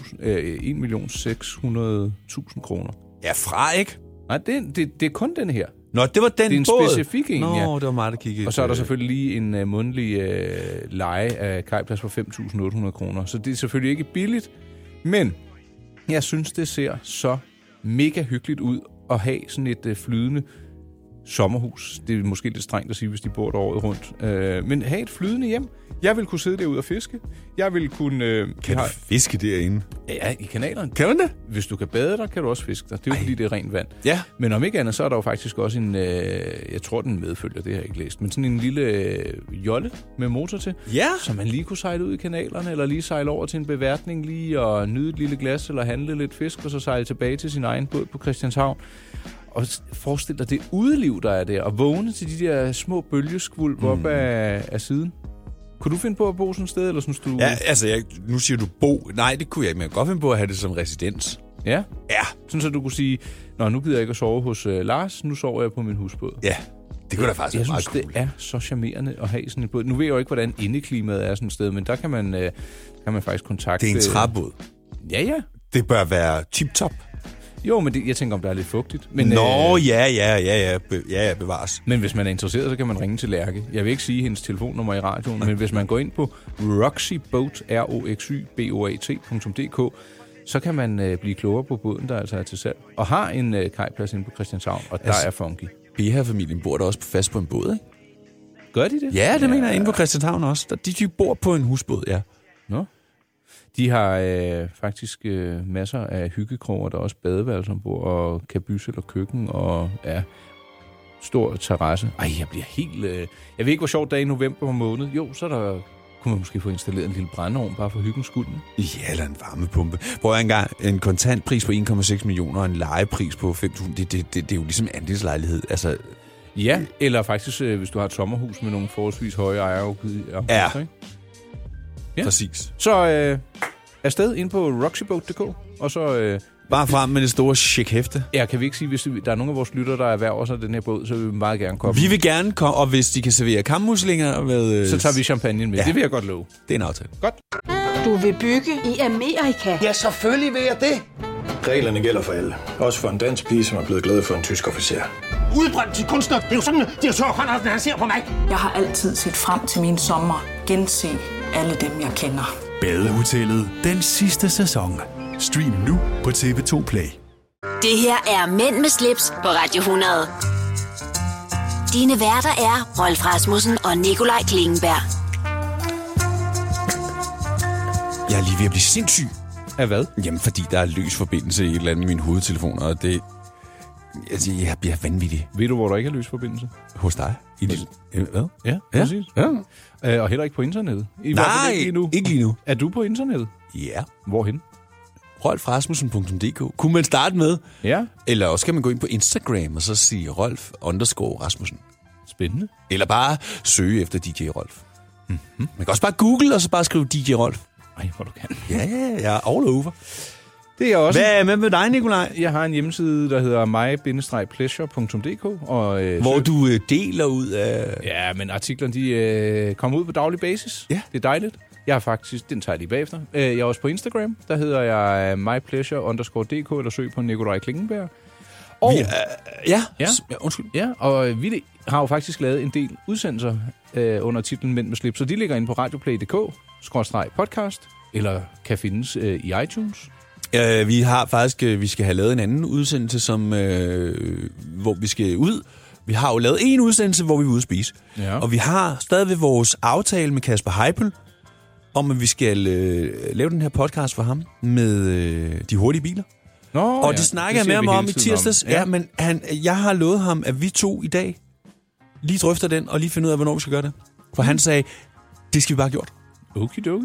1.600.000 kroner. Ja, fra, ikke? Nej, det er kun den her. Nå, det var den båd. Det er en specifik en, ja. Det var meget, der kiggede. Og så er der selvfølgelig lige en månedlig leje af kajplads for 5.800 kroner. Så det er selvfølgelig ikke billigt, men jeg synes, det ser så mega hyggeligt ud at have sådan et flydende sommerhus. Det er måske lidt strengt at sige, hvis de bor der året rundt. Men have et flydende hjem. Jeg vil kunne sidde derude og fiske. Jeg vil kunne... Kan du fiske derinde? Ja, i kanalerne. Kan man det? Hvis du kan bade der, kan du også fiske der. Det er jo fordi, det er rent vand. Ja. Men om ikke andet, så er der jo faktisk også en... jeg tror, den medfølger, det har jeg ikke læst. Men sådan en lille jolle med motor til. Ja. Så man lige kunne sejle ud i kanalerne, eller lige sejle over til en beværtning lige og nyde et lille glas, eller handle lidt fisk, og så sejle tilbage til sin egen båd på Christianshavn. Og forestil dig det udeliv, der er der, og vågne til de der små bølgeskvulp op af siden. Kunne du finde på at bo sådan et sted, eller synes du... Ja, altså, nu siger du bo. Nej, det kunne jeg ikke, men jeg kan godt finde på at have det som residens. Ja? Ja. Sådan, så du kunne sige, nu gider jeg ikke at sove hos Lars, nu sover jeg på min husbåd. Ja, det kunne da faktisk være meget cool. Jeg synes, det er så charmerende at have sådan en båd. Nu ved jeg jo ikke, hvordan indeklimaet er sådan et sted, men der kan man faktisk kontakte... Det er en træbåd. Ja. Det bør være tip-top. Jo, men jeg tænker, om der er lidt fugtigt. Men, ja, bevares. Men hvis man er interesseret, så kan man ringe til Lærke. Jeg vil ikke sige hendes telefonnummer i radioen, men hvis man går ind på roxyboat, roxyboat.dk, så kan man blive klogere på båden, der altså er til salg. Og har en kajplads inde på Christianshavn, og der er funky. BH-familien bor der også fast på en båd, ikke? Gør de det? Ja, det mener jeg inde på Christianshavn også. De bor på en husbåd, ja. Nå. De har faktisk masser af hyggekroger, der er også badeværelser ombord, og kabys eller køkken, og stor terrasse. Ej, jeg bliver helt... Jeg ved ikke, hvor sjovt det er i november måned. Jo, så der kunne man måske få installeret en lille brændeovn, bare for hyggens skyld. Ja, eller en varmepumpe. Prøv engang, en kontantpris på 1,6 millioner og en lejepris på 5.000, det er jo ligesom andelslejlighed. Altså... Ja, eller faktisk, hvis du har et sommerhus med nogle forholdsvis høje ejerafgifter. Ja. Ikke? Ja, præcis. Så afsted ind på roxyboat.dk, og så... bare frem med det store chic hæfte. Ja, kan vi ikke sige, hvis der er nogle af vores lyttere, der erhverver sig den her båd, så vil vi meget gerne komme. Vi vil gerne komme, og hvis de kan servere kammuslinger med... Så tager vi champagne med. Ja. Det vil jeg godt love. Det er en aftale. Godt. Du vil bygge i Amerika? Ja, selvfølgelig vil jeg det. Reglerne gælder for alle. Også for en dansk pige, som er blevet glad for en tysk officer. Udbrændt til kunstner. Det er jo sådan, at direktør Conradsen, han ser på mig. Jeg har altid set frem til min sommer. Gense alle dem, jeg kender. Badehotellet den sidste sæson. Stream nu på TV2 Play. Det her er Mænd med slips på Radio 100. Dine værter er Rolf Rasmussen og Nikolaj Klingenberg. Jeg er lige ved at blive sindssyg. Af hvad? Jamen, fordi der er løs forbindelse i et eller andet i min hovedtelefon, og det... Altså, jeg bliver vanvittig. Ved du, hvor der ikke er løs forbindelse? Hos dig? Hvad? Ja, præcis. Ja. Og heller ikke på internettet? Nej, ikke lige nu. Er du på internettet? Ja. Hvorhen? rolfrasmussen.dk. Kunne man starte med? Ja. Eller også kan man gå ind på Instagram og så sige Rolf_Rasmussen. Spændende. Eller bare søge efter DJ Rolf. Mm-hmm. Man kan også bare google og så bare skrive DJ Rolf. Ej, hvor du kan. Ja, jeg er all over. Det er også... Hvad med dig, Nikolaj? Jeg har en hjemmeside, der hedder my-pleasure.dk. Hvor du deler ud af... Ja, men artiklerne, de kommer ud på daglig basis. Ja. Det er dejligt. Jeg har faktisk... Den tager jeg lige bagefter. Jeg er også på Instagram. Der hedder jeg mypleasure_dk, eller søg på Nikolaj Klingenberg. Og... Undskyld. Ja, og vi har jo faktisk lavet en del udsendelser under titlen Mænd med slips, så de ligger inde på radioplay.dk/podcast, eller kan findes i iTunes. Vi har faktisk, vi skal have lavet en anden udsendelse, som, hvor vi skal ud. Vi har jo lavet en udsendelse, hvor vi er ude at spise. Ja. Og vi har stadigvæk vores aftale med Kasper Heipel, om at vi skal lave den her podcast for ham med de hurtige biler. Og det snakker jeg med ham om i tirsdags. Ja, men jeg har lovet ham, at vi to i dag lige drøfter den, og lige finder ud af, hvornår vi skal gøre det. For han sagde, det skal vi bare have gjort. Okidoki.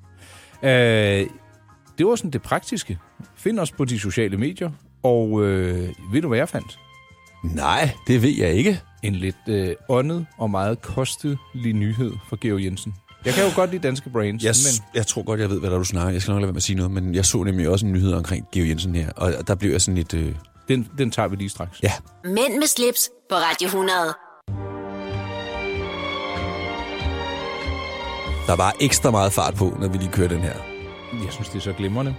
Det var sådan det praktiske. Find os på de sociale medier, og ved du, hvad jeg fandt? Nej, det ved jeg ikke. En lidt åndet og meget kostelig nyhed for Georg Jensen. Jeg kan jo godt lide danske brands. Jeg tror godt, jeg ved, hvad der du snakker. Jeg skal nok lade være med at sige noget, men jeg så nemlig også en nyhed omkring Georg Jensen her, og der blev jeg sådan lidt... Den tager vi lige straks. Ja. Mænd med slips på Radio 100. Der var ekstra meget fart på, når vi lige kører den her. Jeg synes, det er så glimrende.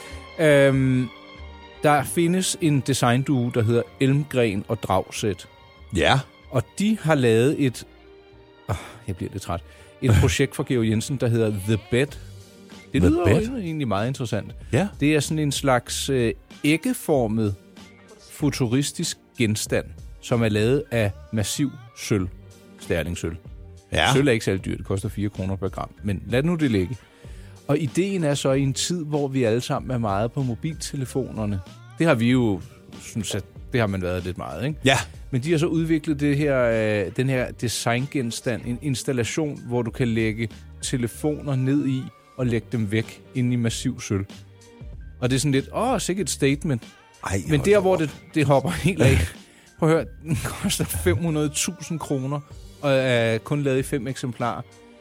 Der findes en designduo, der hedder Elmgren og Dragsæt. Ja. Og de har lavet et... jeg bliver lidt træt. Et projekt for Georg Jensen, der hedder The Bed. Det lyder jo egentlig meget interessant. Ja. Det er sådan en slags æggeformet futuristisk genstand, som er lavet af massiv sølv. Sterlingsølv. Ja. Sølv er ikke særlig dyrt. Det koster 4 kroner per gram. Men lad nu det ligge. Og ideen er så i en tid, hvor vi alle sammen er meget på mobiltelefonerne. Det har vi jo, synes at det har man været lidt meget, ikke? Ja. Men de har så udviklet den her designgenstand, en installation, hvor du kan lægge telefoner ned i og lægge dem væk ind i massiv sølv. Og det er sådan lidt, sikkert et statement. Ej, men der, hvor det hopper helt af. Prøv at høre, den koster 500.000 kroner og er kun lavet i 5 eksemplarer.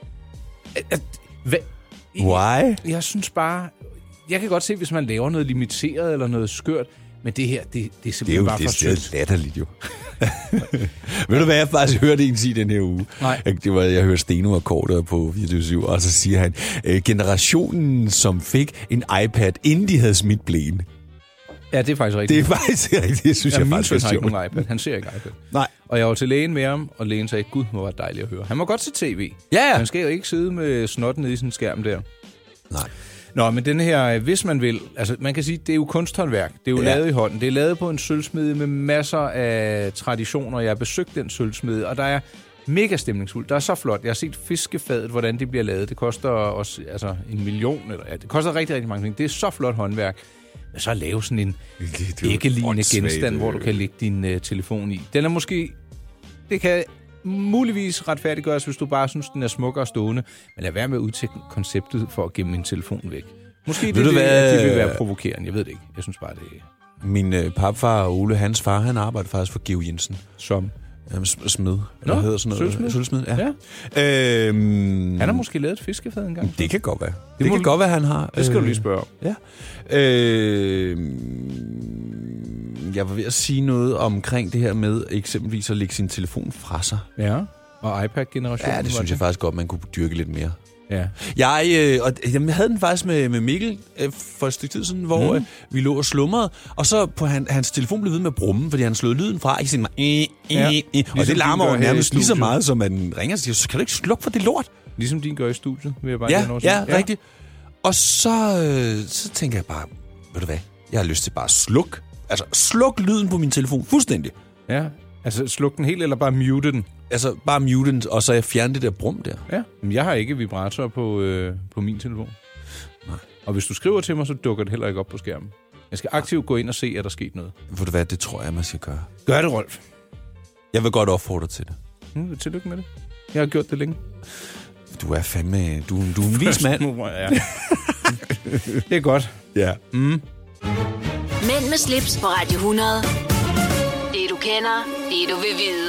Why? Jeg synes bare... Jeg kan godt se, hvis man laver noget limiteret eller noget skørt, men det her, det er simpelthen bare for sødt. Det er latterligt jo. Ved du hvad, jeg faktisk hørte en sige den her uge? Nej. Jeg hørte Steno og Korter på 24/7, og så siger han, generationen, som fik en iPad, inden de havde smidt blæen. Ja, det er faktisk rigtigt. Det er faktisk rigtigt, det synes jeg faktisk er sjovt. Min søn har ikke nogen iPad, han ser ikke iPad. Nej. Og jeg var til lægen med ham, og lægen sagde, gud, hvor var det dejligt at høre. Han må godt se tv. Ja. Han skal jo ikke sidde med snotten nede i sådan en skærm der. Nej. Nå, men den her, hvis man vil, altså man kan sige, det er jo kunsthåndværk. Det er jo lavet i hånden. Det er lavet på en sølvsmede med masser af traditioner. Jeg har besøgt den sølvsmede, og der er mega stemningsfuldt. Der er så flot. Jeg har set fiskefadet, hvordan det bliver lavet. Det koster også 1 million. Det koster rigtig, rigtig mange penge. Det er så flot håndværk. Men så at lave sådan en æggelignende genstand, hvor du kan lægge din telefon i. Den er måske... Det kan muligvis retfærdiggøres, hvis du bare synes, den er smuk og stående. Men lad være med at udtænke konceptet for at gemme min telefon væk. Måske at det vil være provokerende. Jeg ved det ikke. Jeg synes bare, det er... Min papfar Ole, hans far, han arbejder faktisk for Georg Jensen. Som? Smed. Eller hedder sådan noget? Sølvsmed, ja. Han har måske lavet et fiskefad engang. Det kan godt være. Det kan godt være, han har. Det skal du lige spørge om. Ja. Jeg var ved at sige noget omkring det her med eksempelvis at lægge sin telefon fra sig. Ja, og iPad-generationen. Ja, det synes jeg faktisk godt, man kunne dyrke lidt mere. Ja. Jeg havde den faktisk med Mikkel for et stykke tid siden, hvor vi lå og slumrede, og så på hans telefon blev ved med at brumme, fordi han slog lyden fra, ikke sådan og det larmer jo nærmest lige så meget, som man ringer og siger, så kan du ikke slukke for det lort? Ligesom din gør i studiet, vil jeg bare ja, rigtigt. Og så tænker jeg bare, ved du hvad, jeg har lyst til bare at sluk lyden på min telefon fuldstændig. Ja, altså sluk den helt, eller bare mute den? Altså bare mute den, og så jeg fjerne det der brum der. Ja, men jeg har ikke vibrator på min telefon. Nej. Og hvis du skriver til mig, så dukker det heller ikke op på skærmen. Jeg skal aktivt gå ind og se, at der er sket noget. Ved du hvad, det tror jeg, man skal gøre. Gør det, Rolf. Jeg vil godt opfordre til det. Tillykke med det. Jeg har gjort det længe. Du er fandme... Du er en vis mand. Ja. Det er godt. Ja. Mænd med slips på Radio 100. Det du kender, det du vil vide.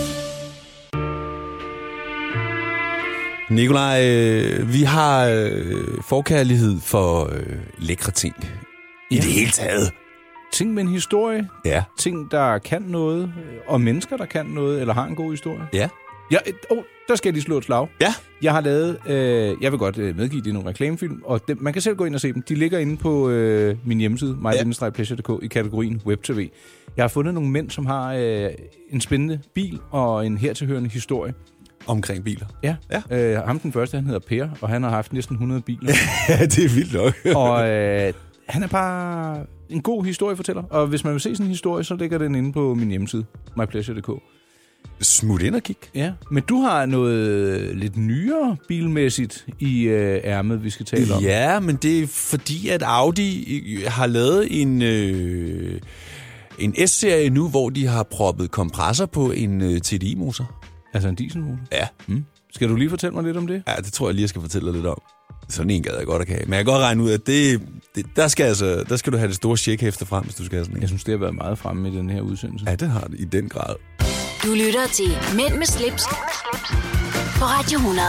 Nikolaj, vi har forkærlighed for lækre ting. I det hele taget. Ting med en historie. Ja. Ting, der kan noget. Og mennesker, der kan noget, eller har en god historie. Ja. Der skal jeg lige slå et slag. Ja. Jeg har lavet... jeg vil godt medgive, det er nogle reklamefilm, og man kan selv gå ind og se dem. De ligger inde på min hjemmeside, my-pleasure.dk, i kategorien Web-TV. Jeg har fundet nogle mænd, som har en spændende bil og en hertilhørende historie. Omkring biler? Ja. Ham den første, han hedder Per, og han har haft næsten 100 biler. Ja, det er vildt nok. Og han er bare en god historiefortæller. Og hvis man vil se sådan en historie, så ligger den inde på min hjemmeside, mypleasure.dk. Smut ind og kig. Ja, men du har noget lidt nyere bilmæssigt i ærmet, vi skal tale om. Ja, men det er fordi, at Audi har lavet en S-serie nu, hvor de har proppet kompressor på en TDI-motor. Altså en dieselmotor? Ja. Skal du lige fortælle mig lidt om det? Ja, det tror jeg lige, jeg skal fortælle dig lidt om. Sådan en gad jeg godt at have. Men jeg kan godt regne ud, at der skal du have det store checkhæfte frem, hvis du skal have sådan en. Jeg synes, det har været meget fremme i den her udsendelse. Ja, det har det i den grad. Du lytter til Mænd med slips på Radio 100.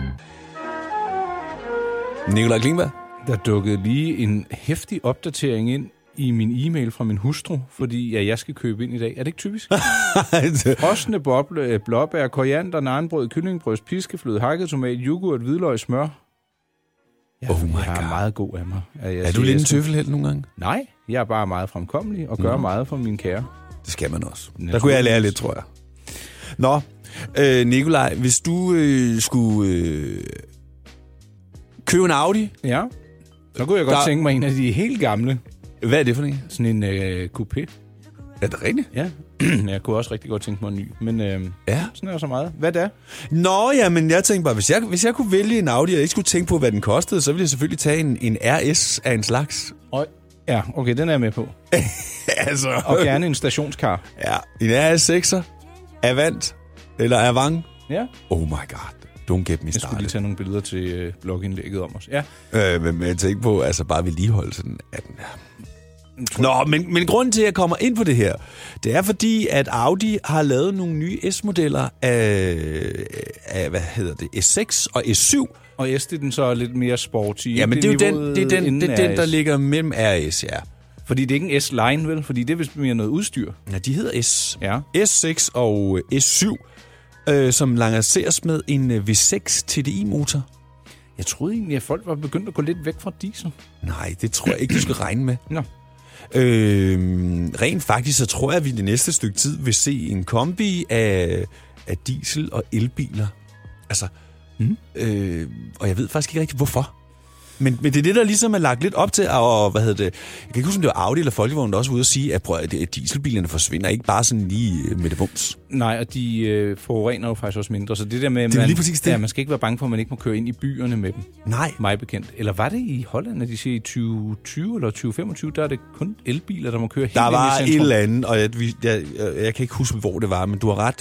Nikolaj Klingberg. Der dukkede lige en heftig opdatering ind i min e-mail fra min hustru, fordi jeg skal købe ind i dag. Er det ikke typisk? Frosne blåbær, koriander, narenbrød, kyllingebrøst, piskefløde, hakket tomat, yoghurt, hvidløg, smør. Jeg er meget god af mig. Er du lidt en tøffelhelt nogle gange? Nej, jeg er bare meget fremkommelig og gør meget for min kære. Det skal man også. Der kunne jeg lære lidt, tror jeg. Nå, Nikolaj, hvis du skulle købe en Audi... Ja, så kunne jeg godt tænke mig en af de helt gamle. Hvad er det for en? Sådan en coupé. Er det rigtigt? Ja, Jeg kunne også rigtig godt tænke mig en ny, men sådan er jo så meget. Hvad det er? Nå, ja, men jeg tænkte bare, hvis jeg kunne vælge en Audi, og ikke skulle tænke på, hvad den kostede, så ville jeg selvfølgelig tage en RS af en slags. Ja, okay, den er jeg med på. Altså. Og gerne en stationskar. Ja, en RS 6'er, Avant, eller Avant. Ja. Oh my god, don't get me started. Jeg skulle lige tage nogle billeder til blogindlægget om os. Ja. Men jeg tænker på, altså bare vedligeholdelsen af den her. Nå, men grunden til, at jeg kommer ind på det her, det er fordi, at Audi har lavet nogle nye S-modeller af hvad hedder det, S6 og S7. Og S, det er den så lidt mere sporty. Ja, men det er jo den, der ligger mellem RS, ja. Fordi det er ikke en S-line, vel? Fordi det er vist mere noget udstyr. Ja, de hedder S. Ja. S6 og S7, som lanceres med en V6 TDI-motor. Jeg troede egentlig, at folk var begyndt at gå lidt væk fra diesel. Nej, det tror jeg ikke, du skal regne med. Nå. Rent faktisk, så tror jeg, at vi det næste stykke tid vil se en kombi af diesel- og elbiler. Altså, og jeg ved faktisk ikke rigtig, hvorfor. Men det er det, der ligesom er lagt lidt op til, og hvad hedder det? Jeg kan ikke huske, om det var Audi eller Folkevogn, der også var ude at sige, at dieselbilerne forsvinder ikke bare sådan lige med det bums. Nej, og de forurener jo faktisk også mindre. Så det der med, det er lige præcis det. Ja, man skal ikke være bange for, at man ikke må køre ind i byerne med dem. Nej. Mig bekendt. Eller var det i Holland, at de siger i 2020 eller 2025, der er det kun elbiler, der må køre helt ind i centrum? Der var et eller andet, og jeg kan ikke huske, hvor det var, men du har ret.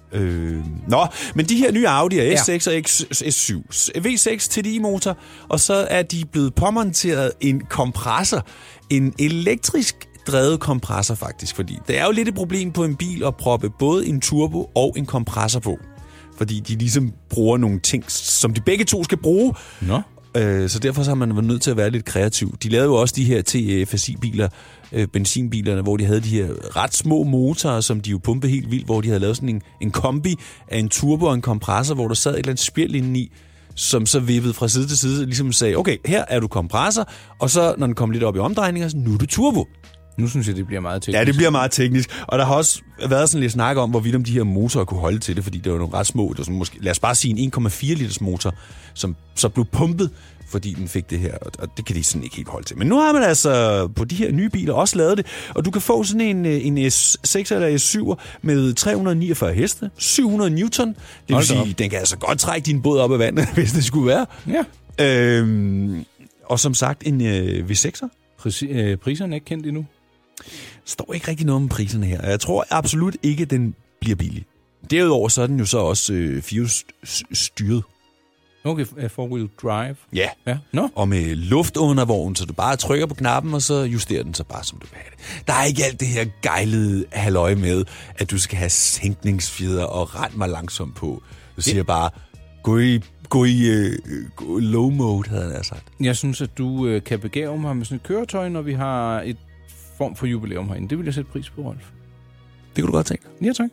Nå, men de her nye Audi'er, S6 og S7, V6 TDI-motor, og så er de blevet påmonteret en kompressor, en elektrisk drevet kompressor faktisk, fordi det er jo lidt et problem på en bil at proppe både en turbo og en kompressor på, fordi de ligesom bruger nogle ting, som de begge to skal bruge. Nå. Så derfor så har man været nødt til at være lidt kreativ. De lavede jo også de her TFSI-biler, benzinbilerne, hvor de havde de her ret små motorer, som de jo pumpede helt vildt, hvor de havde lavet sådan en kombi af en turbo og en kompressor, hvor der sad et eller andet spjæld indeni, som så vippede fra side til side, ligesom sagde, okay, her er du kompressor, og så når den kom lidt op i omdrejninger, så nu er du turbo. Nu synes jeg, det bliver meget teknisk. Ja, det bliver meget teknisk. Og der har også været sådan lidt snak om, hvorvidt om de her motorer kunne holde til det, fordi det var nogle ret små. Det var sådan, måske, lad os bare sige en 1,4 liters motor, som så blev pumpet, fordi den fik det her, og det kan de sådan ikke helt holde til. Men nu har man altså på de her nye biler også lavet det, og du kan få sådan en S6 eller S7 med 349 heste, 700 newton. Det vil sige, den kan altså godt trække din båd op af vandet, hvis det skulle være. Ja. Og som sagt, en V6'er. Priserne er ikke kendt endnu. Der står ikke rigtig noget om priserne her. Jeg tror absolut ikke, at den bliver billig. Derudover så er den jo så også firehjulsstyret. Okay, four-wheel drive. Ja. No. Og med luftundervogn, så du bare trykker på knappen, og så justerer den så bare, som du vil have det. Der er ikke alt det her gejlede halløj med, at du skal have sænkningsfjeder og ret mig langsomt på. Du siger bare, gå i low mode, havde jeg sagt. Jeg synes, at du kan begære mig med sådan et køretøj, når vi har et form for jubilæum herinde. Det vil jeg sætte pris på, Rolf. Det kunne du godt tænke. Ja, tak.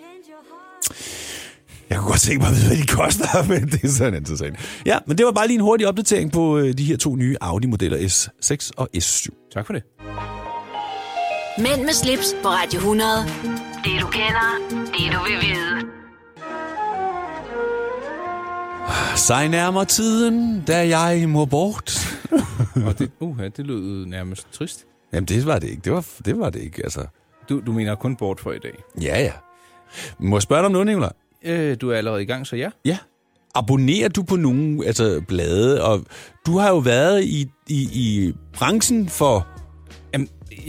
Jeg kunne godt tænke mig at vide, hvad de koster, men det er sådan interessant. Ja, men det var bare lige en hurtig opdatering på de her to nye Audi-modeller, S6 og S7. Tak for det. Mænd med slips på Radio 100. Det du kender, det du vil vide. Sig nærmer tiden, da jeg må bort. Og det lød nærmest trist. Jamen, det var det ikke. Det var det ikke, altså. Du mener kun bort for i dag? Ja. Må jeg spørge dig om noget, Nicolaj? Du er allerede i gang, så ja. Ja. Abonnerer du på nogle blade? Og du har jo været i branchen for... Jamen,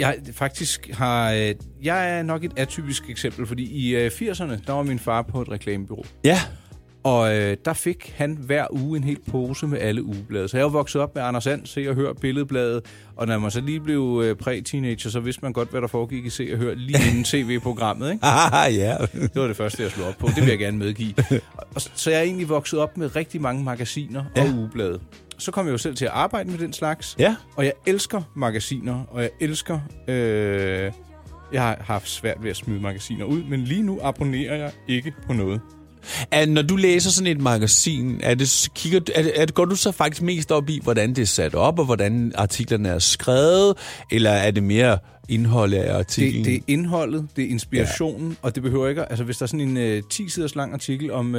jeg er nok et atypisk eksempel, fordi i 80'erne, der var min far på et reklamebureau. Ja. Og der fik han hver uge en hel pose med alle ugeblade. Så jeg var vokset op med Anders And, Se og Hør, Billedbladet. Og når man så lige blev præ-teenager, så vidste man godt, hvad der foregik i Se og Hør lige inden tv-programmet. Ikke? Ja. Det var det første, jeg slog op på. Det vil jeg gerne medgive. Så jeg er egentlig vokset op med rigtig mange magasiner og ugeblade. Så kom jeg jo selv til at arbejde med den slags. Ja. Og jeg elsker magasiner, og jeg elsker... jeg har haft svært ved at smide magasiner ud, men lige nu abonnerer jeg ikke på noget. Når du læser sådan et magasin, går du så faktisk mest op i, hvordan det er sat op, og hvordan artiklerne er skrevet, eller er det mere indholdet af artiklen? Det er indholdet, det er inspirationen, og det behøver ikke... Altså, hvis der er sådan en 10-siders lang artikel om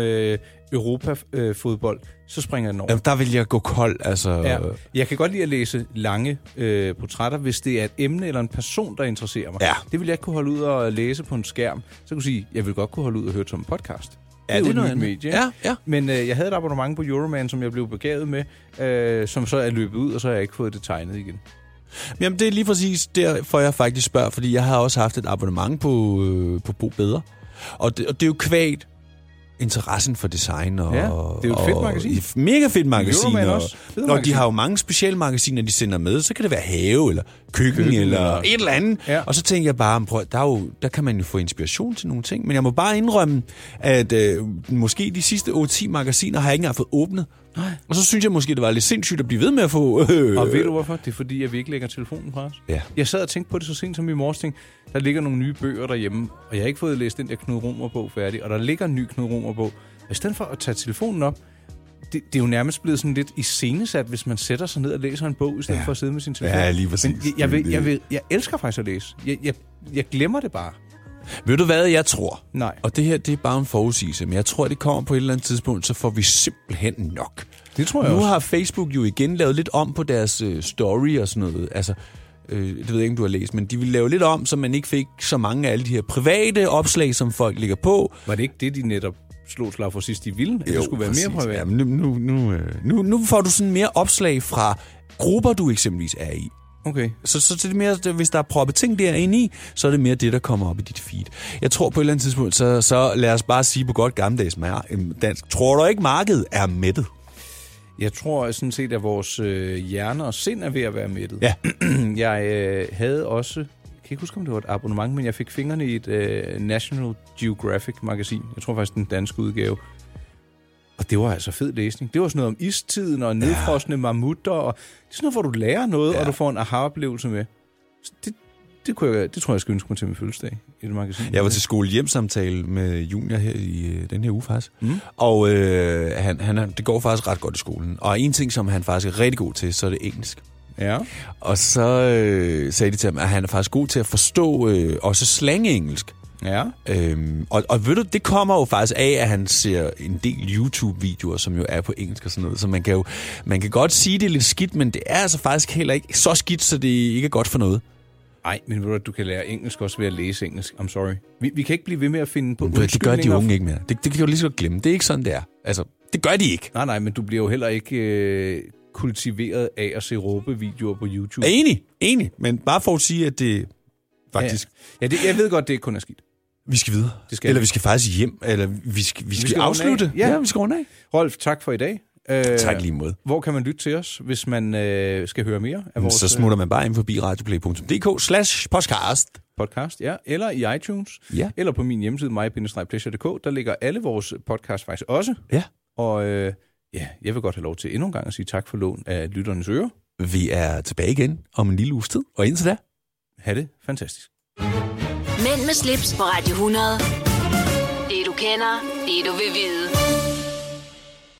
Europa-fodbold, så springer den over. Jamen, der vil jeg gå kold, altså... Ja. Jeg kan godt lide at læse lange portrætter, hvis det er et emne eller en person, der interesserer mig. Ja. Det vil jeg ikke kunne holde ud og læse på en skærm. Så kan du sige, jeg vil godt kunne holde ud og høre som en podcast. Ja, det er noget medie. Ja. Men jeg havde et abonnement på Euroman, som jeg blev begavet med, som så er løbet ud, og så har jeg ikke fået det tegnet igen. Jamen, det er lige præcis derfor, jeg faktisk spørger, fordi jeg har også haft et abonnement på Bo Bedre. Og det er jo kvægt interessen for design. Og, ja, det er jo et fedt magasin. Mega fedt magasin. Og de har jo mange specielle magasiner, de sender med. Så kan det være have, eller køkken eller et eller andet. Ja. Og så tænker jeg bare, der kan man jo få inspiration til nogle ting. Men jeg må bare indrømme, at måske de sidste 8-10 magasiner har jeg ikke engang fået åbnet. Nej. Og så synes jeg måske, det var lidt sindssygt at blive ved med at få... Og ved du hvorfor? Det er fordi, jeg virkelig lægger telefonen fra os. Ja. Jeg sad og tænkte på det så sent som i morges. Der ligger nogle nye bøger derhjemme, og jeg har ikke fået læst den der Knud Romer-bog færdig, og der ligger en ny Knud Romer-bog. Og i stedet for at tage telefonen op, det er jo nærmest blevet sådan lidt iscenesat, hvis man sætter sig ned og læser en bog, i stedet for at sidde med sin telefon. Ja, lige præcis. Men jeg elsker faktisk at læse. Jeg glemmer det bare. Ved du hvad, jeg tror? Nej. Og det her, det er bare en forudsigelse, men jeg tror, det kommer på et eller andet tidspunkt, så får vi simpelthen nok. Det tror jeg nu også. Har Facebook jo igen lavet lidt om på deres story og sådan noget. Altså, det ved jeg ikke, om du har læst, men de ville lave lidt om, så man ikke fik så mange af alle de her private opslag, som folk ligger på. Var det ikke det, de netop slog slag for sidst, de ville? At det skulle være mere privat? Ja, men nu får du sådan mere opslag fra grupper, du eksempelvis er i. Okay. Så det er mere, hvis der er proppet ting derinde i, så er det mere det, der kommer op i dit feed. Jeg tror på et eller andet tidspunkt, så lad os bare sige på godt gammeldags dansk. Tror du ikke, markedet er mættet? Jeg tror sådan set, at vores hjerner og sind er ved at være mættet. Ja. Jeg havde også... Jeg kan ikke huske, om det var et abonnement, men jeg fik fingrene i et National Geographic-magasin. Jeg tror faktisk, den danske udgave. Og det var altså fed læsning. Det var sådan noget om istiden og nedfrosne mammutter. Og det er sådan noget, hvor du lærer noget, og du får en aha-oplevelse med. Det tror jeg, jeg skal ønske mig til min fødselsdag i det magasin. Jeg var til skole-hjem-samtale med Junior her i den her uge faktisk. Og det går faktisk ret godt i skolen. Og en ting, som han faktisk er rigtig god til, så er det engelsk. Ja. Og så sagde de til ham, at han er faktisk god til at forstå også slang-engelsk. Ja. Og ved du, det kommer jo faktisk af, at han ser en del YouTube-videoer, som jo er på engelsk og sådan noget. Så man kan godt sige, det er lidt skidt, men det er altså faktisk heller ikke så skidt, så det ikke er godt for noget. Nej, men ved du kan lære engelsk også ved at læse engelsk. I'm sorry. Vi kan ikke blive ved med at finde på undskyldninger. Det gør de unge ikke mere. Det kan du lige så godt glemme. Det er ikke sådan, det er. Altså, det gør de ikke. Nej, men du bliver jo heller ikke kultiveret af at se råbevideoer på YouTube. Enig. Men bare for at sige, at det faktisk... Ja, jeg ved godt, det ikke kun er skidt. Vi skal videre. Eller vi skal faktisk hjem. Eller vi skal afslutte. Ja, vi skal runde af. Rolf, tak for i dag. Tak lige måde. Hvor kan man lytte til os, hvis man skal høre mere af vores... Så smutter man bare ind forbi radioplay.dk/podcast. Podcast, ja. Eller i iTunes. Ja. Eller på min hjemmeside, my-pleasure.dk. Der ligger alle vores podcasts faktisk også. Ja. Og jeg vil godt have lov til endnu en gang at sige tak for lån af lytternes ører. Vi er tilbage igen om en lille uges tid. Og indtil da, ha' det fantastisk. Mænd med slips på Radio 100. Det du kender, det du vil vide.